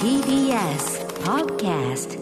TBS Podcast。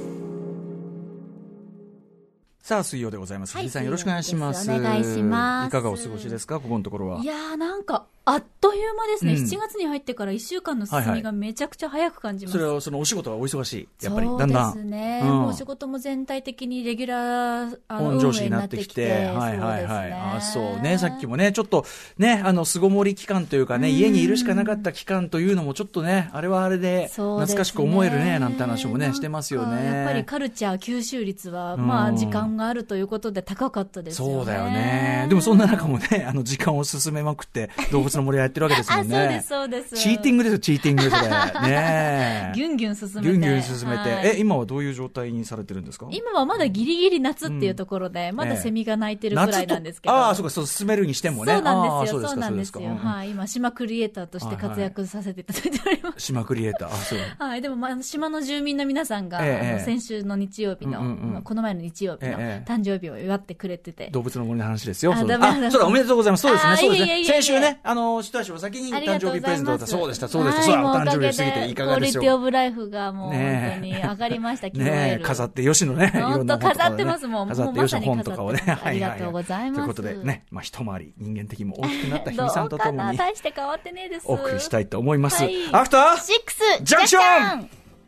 さあ水曜でございます。 はい、 藤井さんよろしくお願いします。 お願いします。 いかがお過ごしですか、ここのところは。 いやーなんかあっという間ですね、7月に入ってから1週間の進みがめちゃくちゃ早く感じます。 それはそのお仕事はお忙しい、やっぱりだんだん。 そうですね、もうお仕事も全体的にレギュラー本調子になってきて、はいはいはい、あ、そうね、さっきもねちょっとね巣ごもり期間というかね、家にいるしかなかった期間というのもちょっとね、あれはあれで懐かしく思えるねなんて話もねしてますよね。 やっぱりカルチャー吸収率はまあ時間があるということで高かったですよね。 そうだよね。でもそんな中もね時間を進めまくって動物の森をやってるわけですもんね。 そうですそうです。 チーティングですよ、チーティングそれね。 ギュンギュン進めて、 ギュンギュン進めて、はい、今はどういう状態にされてるんですか？ 今はまだギリギリ夏っていうところで、まだセミが鳴いてるぐらいなんですけど、 ああそうか、そう進めるにしてもね。 そうなんですよ、そうなんですよ、はい、今島クリエイターとして活躍させていただいております、はいはい、 島クリエイター、あ、そう、 はい、でも、島の住民の皆さんが、先週の日曜日の、この前の日曜日の誕生日を祝ってくれてて、 動物の森の話ですよ。そうだ、おめでとうございます。そうですね、そうですね。先週ね、一足お先に誕生日プレゼントだった。そうでした、そうでした。そう、お誕生日過ぎていかがでしょう。 クオリティオブライフがもう本当に上がりました。 ね、飾ってよしのね、 本当飾ってますもん。 飾ってよしの本とかをね、 ありがとうございます。 ということでね、一回り人間的にも大きくなった日比さんとともに大して変わってねえです。 お送りしたいと思います。アフターシックスジャンクション。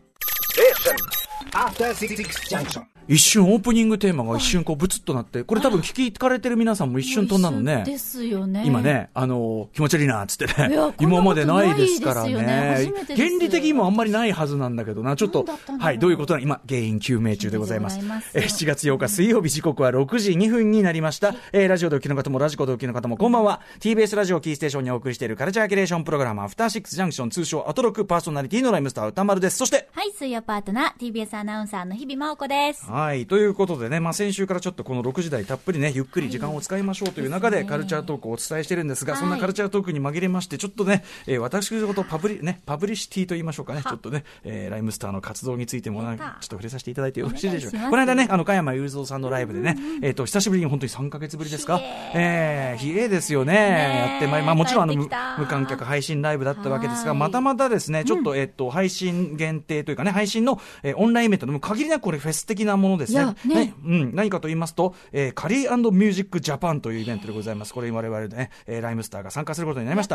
アフターシックスジャンクション。 一瞬オープニングテーマが一瞬こうブツッとなって、これ多分聞かれてる皆さんも一瞬飛んだのね。 ですよね。 今ね、気持ち悪いなっつってね。今までないですからね。原理的にもあんまりないはずなんだけどな。ちょっと、はい、どういうことなの、今、原因究明中でございます。7月8日水曜日、時刻は6時2分になりました。ラジオでお聞きの方もラジコでお聞きの方もこんばんは。TBS ラジオキーステーションにお送りしているカルチャーキュレーションプログラム、アフターシックスジャンクション、通称アトロク、パーソナリティのライムスター歌丸です。そして、 はい、水曜パートナー、TBS アナウンサーの日々真央子です。 はい、ということでね、先週からちょっとこの6時台たっぷりね、ゆっくり時間を使いましょうという中でカルチャートークをお伝えしてるんですが、そんなカルチャートークに紛れまして、ちょっとね、私のことパブリシティと言いましょうかね、ちょっとね、ライムスターの活動についてもちょっと触れさせていただいてよろしいでしょうか。この間ね、加山雄三さんのライブでね、久しぶりに本当に3ヶ月ぶりですか、ひえですよね、やってもちろん無観客配信ライブだったわけですが、またまたですね、ちょっと、配信限定というかね、配信の、オンラインイベントでも限りなくこれフェス的なものですね。何かと言いますと、カリー&ミュージックジャパンというイベントでございます。これに我々でね、ライムスターが参加することになりました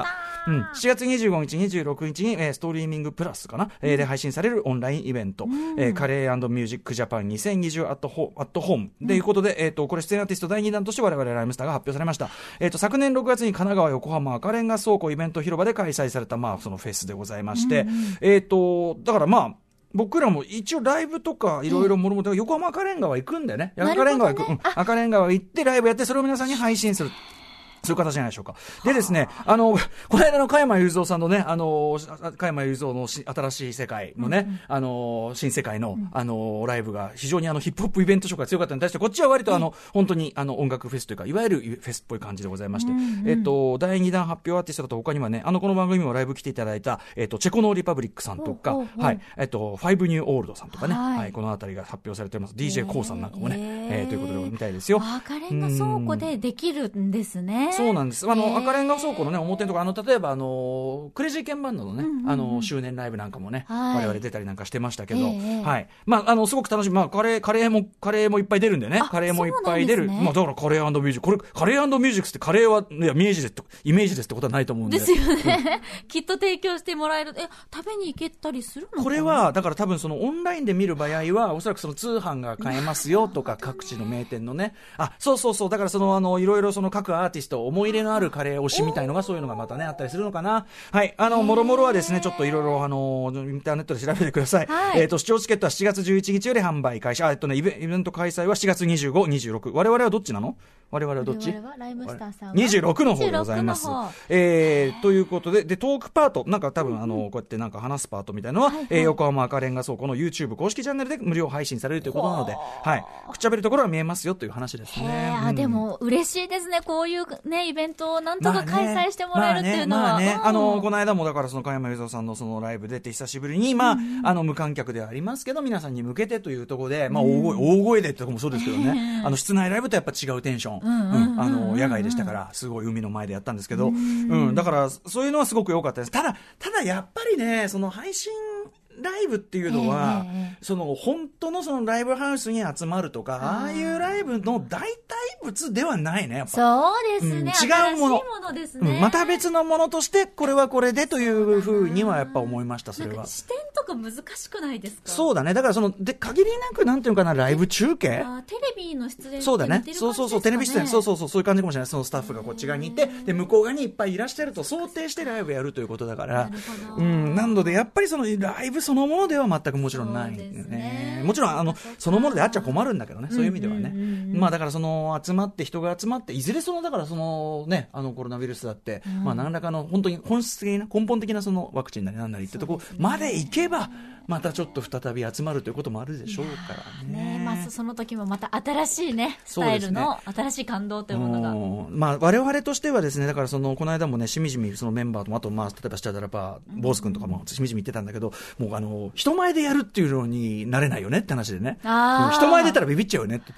。7月25日、26日に、ストリーミングプラスかな、で配信されるオンラインイベント、カレー&ミュージックジャパン2020アットホームということで、これ出演アーティスト第2弾として我々ライムスターが発表されました。昨年6月に神奈川、横浜赤レンガ倉庫イベント広場で開催された、そのフェスでございまして、だから僕らも一応ライブとかいろいろもろもろ横浜赤レンガは行くんだよね。赤レンガは行く、赤レンガは行ってライブやって、それを皆さんに配信する。そういう形じゃないでしょうか。でですね、この間の加山雄三さんのね、加山雄三の新しい世界のね、新世界の、ライブが非常にヒップホップイベント色が強かったのに対して、こっちは割と本当に音楽フェスというか、いわゆるフェスっぽい感じでございまして、第2弾発表アーティストだと他にはね、この番組にもライブ来ていただいた、チェコノーリパブリックさんとか、はい、ファイブニューオールドさんとかね、はい、このあたりが発表されております。DJ コウさんなんかもね、ということでみたいですよ。 赤レンガ倉庫でできるんですね。 そうなんです。赤レンガ倉庫のね、表のところ、例えばクレイジーケンバンドのね、周年ライブなんかもね、我々出たりなんかしてましたけど、はい。すごく楽しい。カレーもいっぱい出るんだよね。カレーもいっぱい出る。だからカレー&ミュージック。これ、カレー&ミュージックってカレーは、いや、イメージですってことはないと思うんで。 ですよね。きっと提供してもらえる。食べに行けたりするのかな？ これは、だから多分オンラインで見る場合は、おそらく通販が買えますよとか、各地の名店のね。そう。だからいろいろ各アーティスト、思い入れのあるカレー推しみたいのが、そういうのがまたね、あったりするのかな。はい。もろもろはですね、ちょっといろいろインターネットで調べてください。はい、視聴チケットは7月11日より販売開始。イベント開催は7月25、26。我々はどっちなの？我々はどっち？ 我々はライムスターさんは 26の方でございます。ということで、トークパート、なんか多分こうやってなんか話すパートみたいなのは、横浜赤レンガ倉庫の YouTube 公式チャンネルで無料配信されるということなので、はい。くっちゃべるところは見えますよという話ですね。 でも嬉しいですね。こういうね、イベントをなんとか開催してもらえるっていうのは。 この間もだから加山雄三さんのそのライブ出て久しぶりに、無観客ではありますけど、皆さんに向けてというところで、大声でってところもそうですけどね、室内ライブとやっぱ違うテンション。野外でしたから、すごい海の前でやったんですけど、だからそういうのはすごく良かったです。ただやっぱりね、その配信ライブっていうのは、その本当のそのライブハウスに集まるとか、ああいうライブの代替物ではないね、やっぱ。 そうですね。 違うもの。 新しいものですね。 また別のものとして、これはこれでというふうにはやっぱ思いました、それは。 視点とか難しくないですか？ そうだね。だから限りなく、なんていうかな、ライブ中継？ テレビの出演そうだね。そう、テレビ出演。そういう感じかもしれない。そのスタッフがこっち側にいて、で、向こう側にいっぱいいらっしゃると想定してライブやるということだから、なので、やっぱりそのライブそのものでは全くもちろんないね。もちろん、そのものであっちゃ困るんだけどね、そういう意味ではね。まあ、だから人が集まって、いずれだからね、コロナウイルスだって、まあ、何らかの本当に本質的な、根本的なそのワクチンなりなんなりってとこまで行けば、またちょっと再び集まるということもあるでしょうからね。 まあ、その時もまた新しいね、スタイルの新しい感動というものが。 まあ、我々としてはですね、だからこの間もね、しみじみそのメンバーとも、あと、まあ、例えばスチャダラパー、坊主君とかもしみじみ言ってたんだけど、もう人前でやるっていうのになれないよねって話でね。人前で出たらビビっちゃうよねって。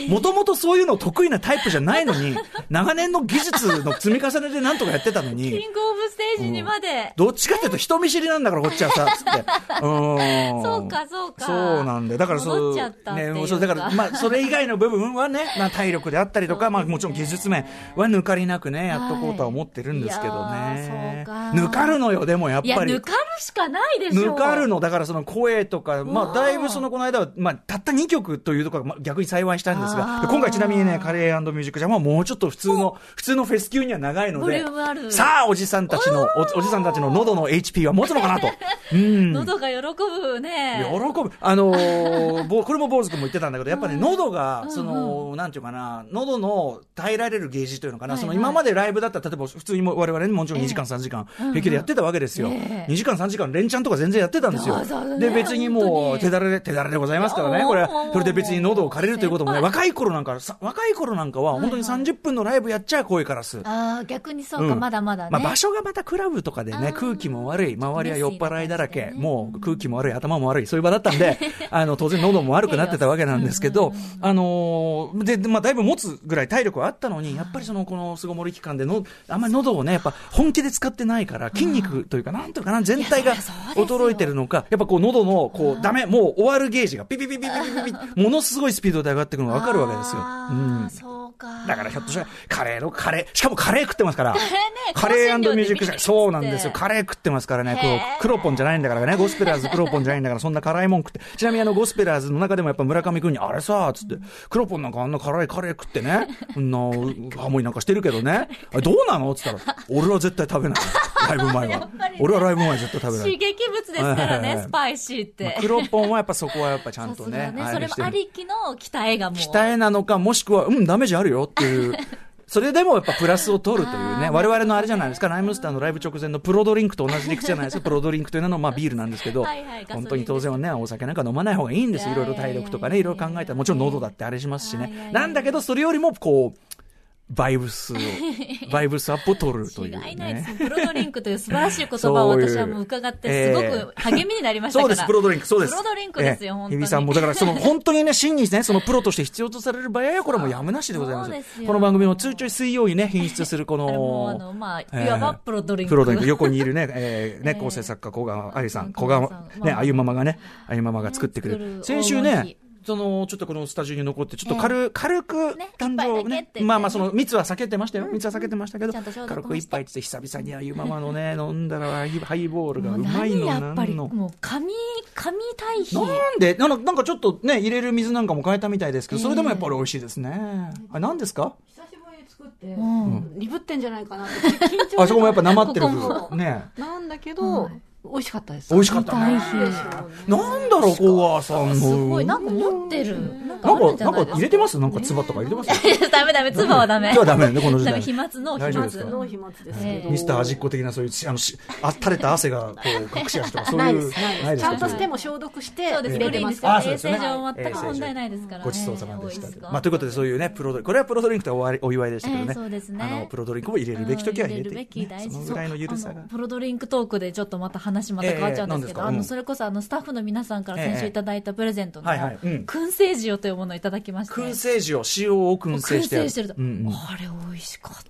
もともとそういうの得意なタイプじゃないのに、長年の技術の積み重ねでなんとかやってたのに。 キングオブステージにまで。 どっちかっていうと人見知りなんだからこっちはさ、つって。 そうか。 そうなんで、だからそう、ね、だから、まあ、それ以外の部分はね、体力であったりとか、まあ、もちろん技術面は抜かりなくね、やっとこうとは思ってるんですけどね。抜かるのよ、でもやっぱり。 抜かるしかないでしょ。 抜かるの、だからその声とか、まあ、だいぶこの間は、まあ、たった2曲というところが逆に幸いしたんですが、今回ちなみにね、カレー&ミュージックジャムはもうちょっと普通のフェス級には長いので、さあ、おじさんたちの喉の HP は持つのかなと。 喉が喜ぶね。 喜ぶ。これも坊主君も言ってたんだけど、やっぱり喉が、なんていうかな、喉の耐えられるゲージというのかな、今までライブだったら、例えば普通に我々にもちろん2時間3時間平気でやってたわけですよ。2時間3時間連チャンとか全然やってたんですよ。で、別にもう手だれでございますからね、これ。それで別に喉を枯れるということもね、若い頃なんかは本当に30分のライブやっちゃ声からす。 逆にそうか、まだまだね。 まあ場所がまたクラブとかでね、空気も悪い、周りは酔っ払いだらけ、もう空気も悪い、頭も悪い、そういう場だったんで、当然喉も悪くなってたわけなんですけど、まあだいぶ持つぐらい体力はあったのに、やっぱりこの巣ごもり期間であんまり喉をね、やっぱ本気で使ってないから、筋肉というか、なんというかな、全体が衰えてるのか、やっぱ喉の、ダメ、もう終わるゲージがピピピピピピピ、ものすごいスピードで上がってくるのがわかるわけですよ。 そうか。 だからひょっとしたら、しかもカレー食ってますから。カレー&ミュージックジャム。そうなんですよ。カレー食ってますからね。クロポンじゃないんだからね。ゴスペラーズクロポンじゃないんだから、そんな辛いもん食って。ちなみにゴスペラーズの中でもやっぱ村上くんに、あれさ、つって、クロポンなんかあんな辛いカレー食ってね、ハモリなんかしてるけどね。どうなのつったら、俺は絶対食べない。ライブ前は。俺はライブ前は絶対食べない。 刺激物ですからね、スパイシーって。 クロポンはやっぱそこはやっぱちゃんとね。 それもありきの鍛えがもう。 鍛えなのか、もしくは、ダメージあるよっていう。それでもやっぱプラスを取るというね、我々のあれじゃないですか、ライムスターのライブ直前のプロドリンクと同じ理屈じゃないですか。プロドリンクというのはまあビールなんですけど、本当に当然はね、お酒なんか飲まない方がいいんですよ。いろいろ体力とかね、いろいろ考えたら、もちろん喉だってあれしますしね。なんだけど、それよりもバイブスアップを取るという、ね。 違いないです。プロドリンクという素晴らしい言葉を私はもう伺って、すごく励みになりましたから。 そうです、プロドリンク、そうです。 プロドリンクですよ、本当に。 日比さんも、だから本当にね、真にね、プロとして必要とされる場合は、これはもうやむなしでございます。この番組の通帳水曜にね、品質するまあ、いわばプロドリンク。 プロドリンク、横にいるね、構成作家、小川愛さん、あゆママが作ってくれる。先週ね、ちょっとこのスタジオに残って、ちょっと軽く、誕生ね。まあ蜜は避けてましたよ。蜜は避けてましたけど、軽く一杯って久々にあゆママのね、飲んだらハイボールがうまいのやっぱり、もう、神対比。 なんでなんかちょっとね、入れる水なんかも変えたみたいですけど、それでもやっぱり美味しいですね。あれ何ですか？ 久しぶりに作って、鈍ってんじゃないかなって緊張して。 あそこもやっぱなまってるね。 なんだけど、美味しかったです。 美味しかったね。なんだろう、小川さんの。 すごい、なんか持ってる。 なんか入れてます？なんか唾とか入れてます？ ダメ、唾はダメ。 今日はダメね、この時代。 飛沫の飛沫ですけど。 ミスター味っ子的なそういう、垂れた汗が隠し味とかそういう。 ないです。ちゃんと手も消毒して入れてますから。衛生上全く問題ないですから。 ごちそうさまでした。まあ、ということでそういうね、これはプロドリンクとお祝いでしたけどね。 そうですね。 プロドリンクを入れるべきときは入れて。そのぐらいの緩さが。 プロドリンクトークでちょっとまた話変わっちゃうんですけど、それこそスタッフの皆さんから先週いただいたプレゼントの燻製塩というものをいただきまして、 燻製塩を燻製してると、 あれ美味しかったです。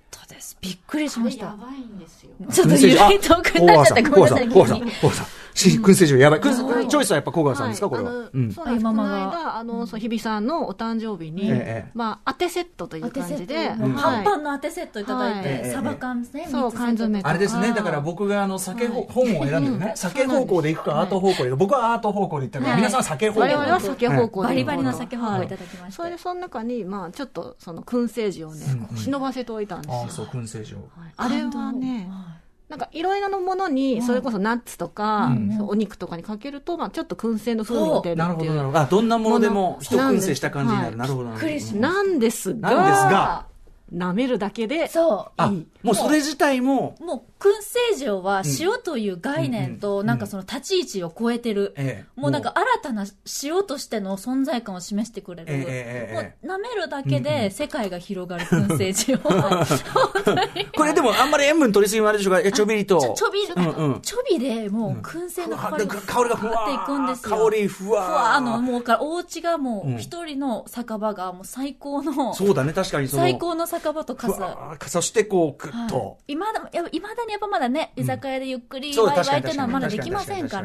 びっくりしました。 やばいんですよ。 ちょっとゆり遠くになっちゃった。ごめんなさい。 コウさん燻製場やばい。チョイスはやっぱ小川さんですか、これは。 そうなんです。この間、日比さんのお誕生日に、当てセットという感じで。 パンパンの当てセットいただいて、サバ缶ですね。 そう、缶詰。 あれですね、だから僕が本を選んでるね、酒方向で行くかアート方向で、僕はアート方向で行ったから、皆さんは酒方向。 我々は酒方向で。 バリバリの酒方向いただきました。 それでその中に、ちょっとその燻製時をね、忍ばせておいたんですよ。 ああ、そう、燻製時を。 あれはね、なんかいろいろなものに、それこそナッツとか、お肉とかにかけると、ちょっと燻製の風味が出るっていう。 なるほど、なるほど。どんなものでも一燻製した感じになる。なるほど。 なんですが、舐めるだけで、 もうそれ自体も、 もう燻製場は塩という概念となんかその立ち位置を超えてる、もうなんか新たな塩としての存在感を示してくれる、もう舐めるだけで世界が広がる燻製場。 これでもあんまり塩分取りすぎもあれでしょうか。ちょびりとちょびでもう燻製の香りがふわっていくんですよ。 香りふわもうお家がもう一人の酒場がもう最高の、 そうだね、確かに最高の酒場とそしてこうグッといまだにやっぱまだね、居酒屋でゆっくりワイワイっていうのはまだできませんから、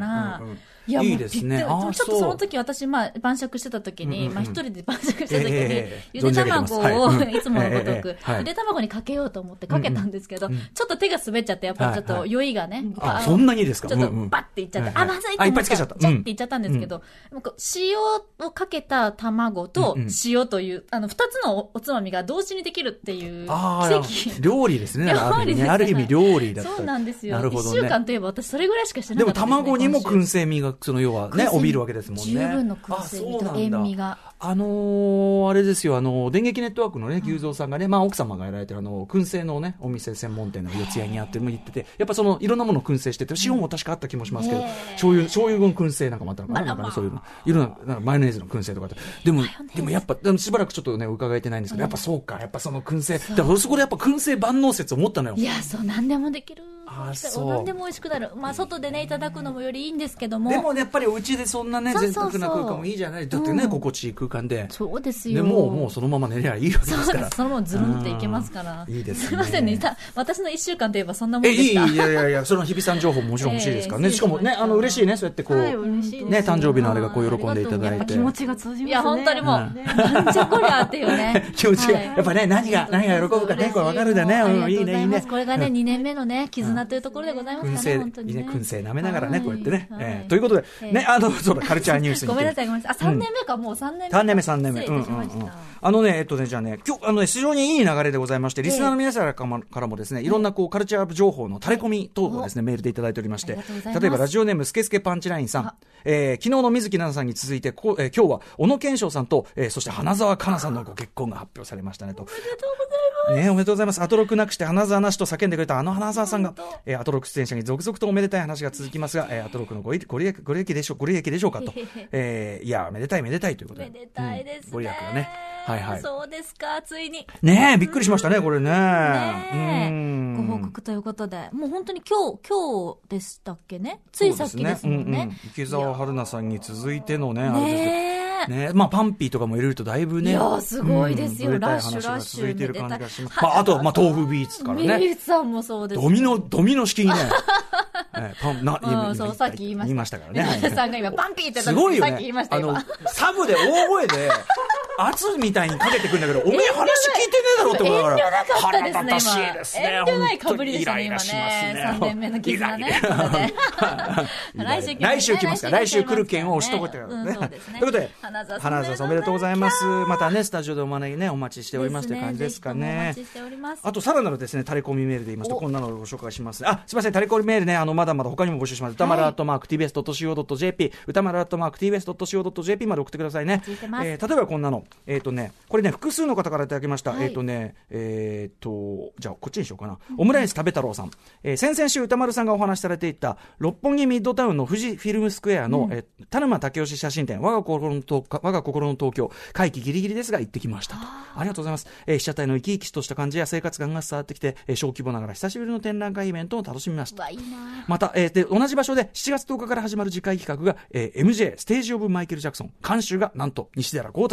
いや、もういいですね。 ちょっとその時私、晩酌してた時に、一人で晩酌してた時に、ゆで卵を、いつものごとく、ゆで卵にかけようと思ってかけたんですけど、ちょっっと手が滑っちゃって、やっぱりちょっと酔いがね。 あ、そんなにですか？ ちょっとバッていっちゃって、あ、まずいって思った。 いっぱいつけちゃった。 チャッていっちゃったんですけど、塩をかけた卵と塩という、二つのおつまみが同時にできるっていう奇跡。 料理ですね。ある意味料理だった。 そうなんですよ。 なるほどね。 1週間といえば私それぐらいしかしてなかった。 でも卵にも燻製味が、その要はね、帯びるわけですもんね。 十分の燻製味と塩味が。 あれですよ、電撃ネットワークのね、牛蔵さんがね、まあ奥様がやられてる燻製のね、お店専門店の四谷にあっても言ってて、やっぱそのいろんなものを燻製してて、塩も確かあった気もしますけど、醤油分燻製なんかもあったのかな、なんかね、そういうの。いろんな、マヨネーズの燻製とかって。でもやっぱ、しばらくちょっとね、伺えてないんですけど、やっぱそうか、やっぱその燻製、だからそこでやっぱ燻製万能説を持ったのよ。 いや、そう、何でもできる。 何でも美味しくなる。まあ、外でね、いただくのもよりいいんですけども。 でもね、やっぱりお家でそんなね、贅沢な空間もいいじゃない。だってね、心地いい空間で。 そうですよ。 でもうそのまま寝りゃいいわけですから。 そのままズルンっていけますから。 いいですね。 すいませんね。私の1週間といえばそんなもんでした。 いや、その日比さん情報ももちろん欲しいですからね。しかもね、嬉しいね、そうやってこう、ね、誕生日のあれがこう喜んでいただいて。 気持ちが通じますね。 いや、本当にもう、なんじゃこりゃっていうね。 気持ちが、やっぱね、何が喜ぶかね、これ分かるんだね。いいね、いいね。 これがね、2年目のね、絆というところでございますからね、本当にね。 燻製舐めながらね、こうやってね。ということで、ね、そうだ、カルチャーニュースに。 ごめんなさい。3年目か、もう3年目。 3年目。じゃあね、今日、非常にいい流れでございまして、リスナーの皆さんからもですね、いろんなこう、カルチャー情報の垂れ込み等をですね、メールでいただいておりまして、例えばラジオネームスケスケパンチラインさん、昨日の水木奈々さんに続いて、今日は小野賢章さんと、そして花澤香菜さんのご結婚が発表されましたねと。 おめでとうございます。 ね、おめでとうございます。アトロクなくして花澤なしと叫んでくれた花澤さんが、アトロク出演者に続々とおめでたい話が続きますが、アトロクのご利益でしょうかと。いや、めでたいということで。 めでたいですね。 ご利益がね。はい。 そうですか、ついに。 ねえ、びっくりしましたね、これね。 ご報告ということで、もう本当に今日でしたっけね。ついさっきですもんね。 池澤春菜さんに続いてのね、あれですね、まあパンピーとかも入れるとだいぶね。 いや、すごいですよ。ラッシュ続いてる感じがします。あと、豆腐ビーツからね。 ビーツさんもそうです。 ドミノ式にね。 そう、さっき言いましたからね。 皆さんが今パンピーって言ったのさっき言いましたよ。 サブで大声で、圧みたいにかけてくるんだけど、おめえ話聞いてねえだろって思うから。 遠慮なかったですね、 腹立たしいですね。 遠慮ないかぶりでしたね、今ね。3年目の絆ね。 来週来ますから、来週来る件を押しとこうというね。ということで、花澤さんおめでとうございます。またね、スタジオでお招きね、お待ちしておりますという感じですかね。 お待ちしております。 あと、さらなるですね、タレコミメールで言いますと、こんなのをご紹介します。あ、すいません、タレコミメールね、まだまだ他にも募集します。歌丸@tbs.co.jp、歌丸@tbs.co.jp まで送ってくださいね。例えばこんなの。これね、複数の方からいただきました。じゃあ、こっちにしようかな。オムライス食べ太郎さん。先々週歌丸さんがお話しされていた、六本木ミッドタウンの富士フィルムスクエアの、田沼武雄写真展、我が心の東京、会期ギリギリですが行ってきましたと。ありがとうございます。被写体の生き生きとした感じや生活感が伝わってきて、小規模ながら久しぶりの展覧会イベントを楽しみました。また、同じ場所で7月10日から始まる次回企画が、MJ ステージオブマイケル・ジャクソン監修がなんと西寺豪太さん。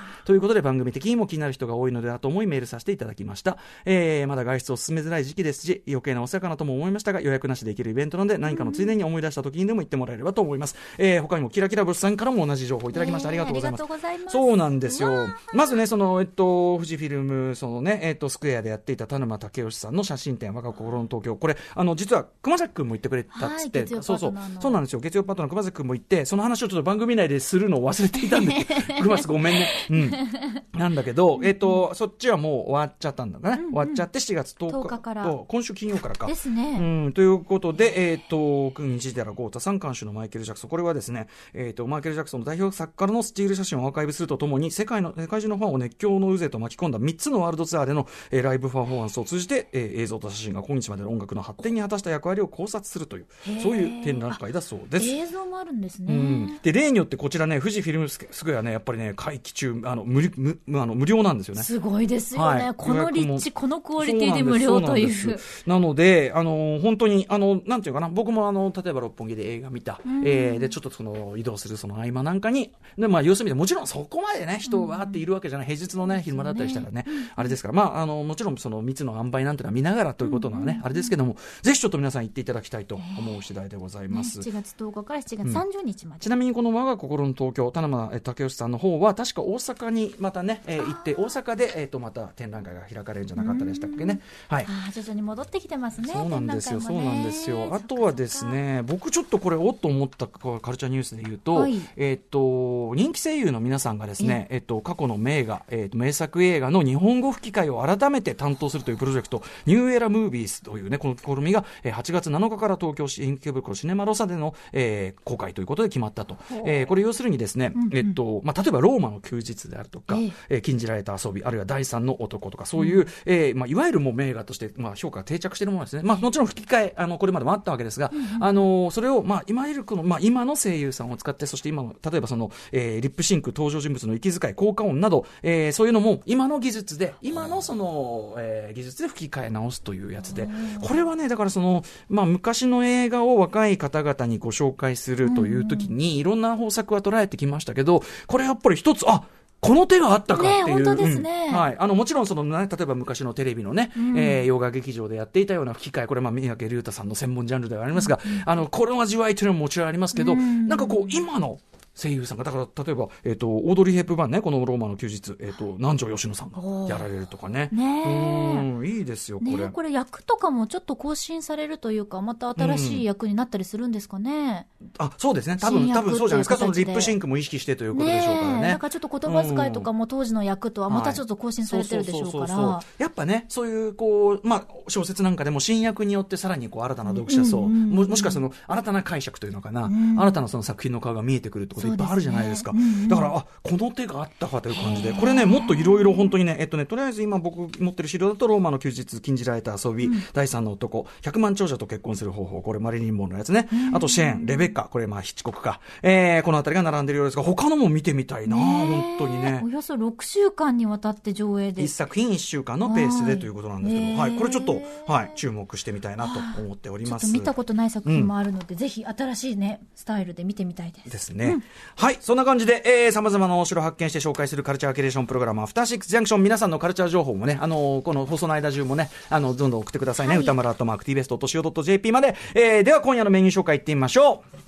ということで番組的にも気になる人が多いのではと思いメールさせていただきました。まだ外出を進めづらい時期ですし、余計なお世話かなとも思いましたが、予約なしで行けるイベントなので、何かのついでに思い出した時にでも行ってもらえればと思います。他にもキラキラ物産からも同じ情報いただきました。ありがとうございます。そうなんですよ。まずね、その富士フィルムそのね、スクエアでやっていた田沼武義さんの写真展、我が心の東京、これ実は熊崎くんも言ってくれたっつって、そうなんですよ。月曜パートナー熊崎くんも言って、その話をちょっと番組内でするのを忘れていたんで熊崎ごめんね、なんだけど、そっちはもう終わっちゃったんだね、終わっちゃって7月10日から今週金曜からかですね、 ということで、西寺豪太さん監修のマイケル・ジャクソン、これはですね、マイケル・ジャクソンの代表作からのスチール写真をアーカイブするとともに世界中のファンを熱狂の渦へと巻き込んだ3つのワールドツアーでの、ライブパフォーマンスを通じて、映像と写真が今日までの音楽の発展に果たした役割を考察するという、そういう展覧会だそうです。 映像もあるんですね。 で例によってこちらね、富士フィルムスクエアね、やっぱりね、会期中無料なんですよね。 すごいですよね、この立地、このクオリティで無料という。 なので本当になんていうかな、僕も例えば六本木で映画見た、でちょっとその移動するその合間なんかに、で様子見て、もちろんそこまでね人がっているわけじゃない、平日のね昼間だったりしたらね、あれですから、もちろんその密の塩梅なんていうのは見ながらということなのね、あれですけども、ぜひちょっと皆さん行っていただきたいと思う次第でございます。 7月10日から7月30日まで、 ちなみにこの我が心の東京、田沼武義さんの方は確か大阪にまたね、行って大阪でまた展覧会が開かれるんじゃなかったでしたっけね。はい、 徐々に戻ってきてますね。 そうなんですよ、そうなんですよ。あとはですね、僕ちょっとこれおっと思ったカルチャーニュースで言うと、人気声優の皆さんがですね、過去の名画、名作映画の日本語吹き替えを改めて担当するというプロジェクト、ニューエラムービーズというね、この試みが8月7日から東京市池袋シネマロサでの、公開ということで決まったと。これ要するにですね、例えばローマの休日であるとか、禁じられた遊び、あるいは第三の男とか、そういう、いわゆるもう名画として、評価が定着しているものですね。もちろん吹き替えこれまでもあったわけですが、それをいわゆるこの、今の声優さんを使って、そして今の例えばその、リップシンク、登場人物の息遣い、効果音など、そういうのも今の技術で、今のその、技術で吹き替え直すというやつで、これはね、だからその、昔の映画を若い方々にご紹介するという時にいろんな方策は捉えてきましたけど、これやっぱり一つ、この手があったかっていう、 本当ですね。 もちろんその、ね、例えば昔のテレビのね、洋画劇場でやっていたような吹き替え、これ三宅龍太さんの専門ジャンルではありますが、これの味わいというのももちろんありますけど、なんかこう今の声優さんが、だから例えば、オードリー・ヘップバーンね、このローマの休日、南條佳乃さんがやられるとかね。いいですよ、これ。 これ役とかもちょっと更新されるというか、また新しい役になったりするんですかね。 そうですね。多分そうじゃないですか。そのリップシンクも意識してということでしょうからね。 だからちょっと言葉遣いとかも当時の役とはまたちょっと更新されてるでしょうから。 やっぱね、そういうこう、小説なんかでも新役によってさらにこう新たな読者層、もしくはその新たな解釈というのかな、新たなその作品の顔が見えてくるってこといっぱいあるじゃないですか。だからこの手があったかという感じで、これね、もっといろいろ本当にね、とりあえず今僕持ってる資料だと、ローマの休日、禁じられた遊び、第三の男、100万長者と結婚する方法、これマリリン・モンローのやつね、あとシェーン、レベッカ、これヒッチコックか、このあたりが並んでるようですが、他のも見てみたいな、本当にね。 およそ6週間にわたって上映で、 1作品1週間のペースでということなんですけど、これちょっと、注目してみたいなと思っております。 ちょっと見たことない作品もあるので、ぜひ新しいねスタイルで見てみたいです。 ですね。そんな感じで、様々なお城を発見して紹介するカルチャーキュレーションプログラム、アフターシックスジャンクション、皆さんのカルチャー情報もね、この放送の間中もね、どんどん送ってくださいね。歌丸@tbs.co.jp まで。では今夜のメニュー紹介いってみましょう。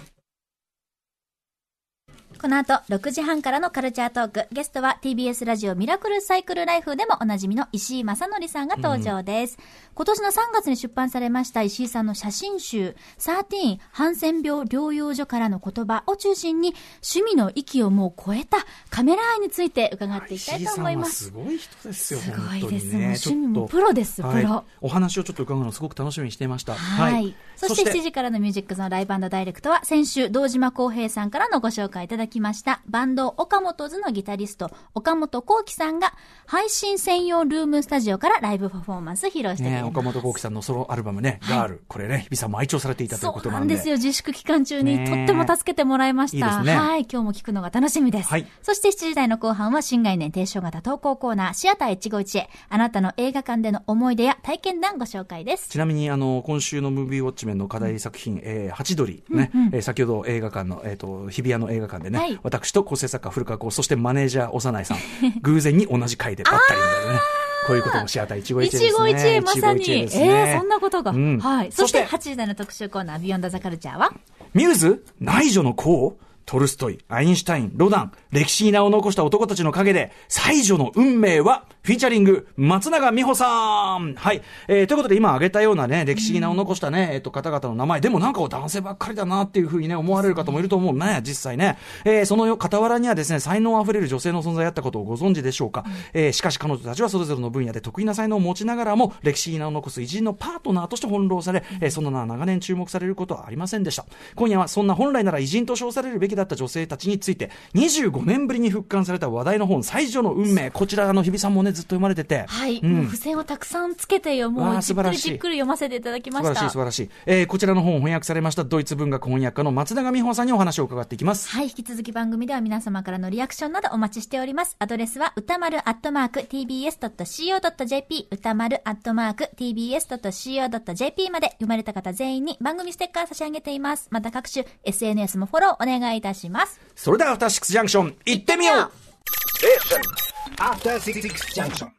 この後6時半からのカルチャートーク、ゲストは TBS ラジオミラクルサイクルライフでもおなじみの石井正則さんが登場です。今年の3月に出版されました石井さんの写真集13ハンセン病療養所からの言葉を中心に、趣味の域をもう超えたカメラ愛について伺っていきたいと思います。 石井さんはすごい人ですよ。 すごいです、 ね、 趣味もプロです、プロ。 お話をちょっと伺うのすごく楽しみにしていました。 そして7時からのミュージックゾーンライブ&ダイレクトは、先週堂島康平さんからのご紹介いただきましたバンド岡本図のギタリスト岡本幸輝さんが配信専用ルームスタジオからライブパフォーマンス披露してくれます。 岡本幸輝さんのソロアルバムね、ガール、これね、日比さんも愛聴されていたということなんで。 そうなんですよ。自粛期間中にとっても助けてもらいました。 いいですね。 今日も聞くのが楽しみです。そして7時台の後半は新概念提唱型投稿コーナー、シアター151へ、あなたの映画館での思い出や体験談ご紹介です。 ちなみに今週のムービーウォッチメンの課題作品、ハチドリね、先ほど映画館の日比谷の映画館でね、 はい、 私と構成作家古川光、そしてマネージャー長内さん偶然に同じ回でばったりみたいなねこういうこともシアター一期一会ですね。 一期一会まさに、 ね、 そんなことが、はい。そして8時台の特集コーナービヨンドザカルチャーはミューズ内助の功、トルストイ、アインシュタイン、ロダン、歴史に名を残した男たちの陰で才女の運命は、フィーチャリング松永美穂さん。はい、ということで今挙げたようなね、歴史に名を残したね、方々の名前でもなんか男性ばっかりだなっていうふうにね思われる方もいると思うね、実際ね、その傍らにはですね、才能あふれる女性の存在あったことをご存知でしょうか。しかし彼女たちはそれぞれの分野で得意な才能を持ちながらも歴史に名を残す偉人のパートナーとして翻弄され、その名は長年注目されることはありませんでした。今夜はそんな本来なら偉人と称されるべきだった女性たちについて25年ぶりに復刊された話題の本、才女の運命、こちら日比さんもねずっと読まれてて、 はい、もう付箋をたくさんつけてよ、もうじっくりじっくり読ませていただきました。 素晴らしい。こちらの本を翻訳されましたドイツ文学翻訳家の松永美穂さんにお話を伺っていきます。 はい、引き続き番組では皆様からのリアクションなどお待ちしております。アドレスは歌丸@tbs.co.jp 歌丸@tbs.co.jp まで、読まれた方全員に番組ステッカー差し上げています。また各種 SNS もフォローお願いいたします。 それではアフターシックスジャンクション行ってみよう。 After 66 junction.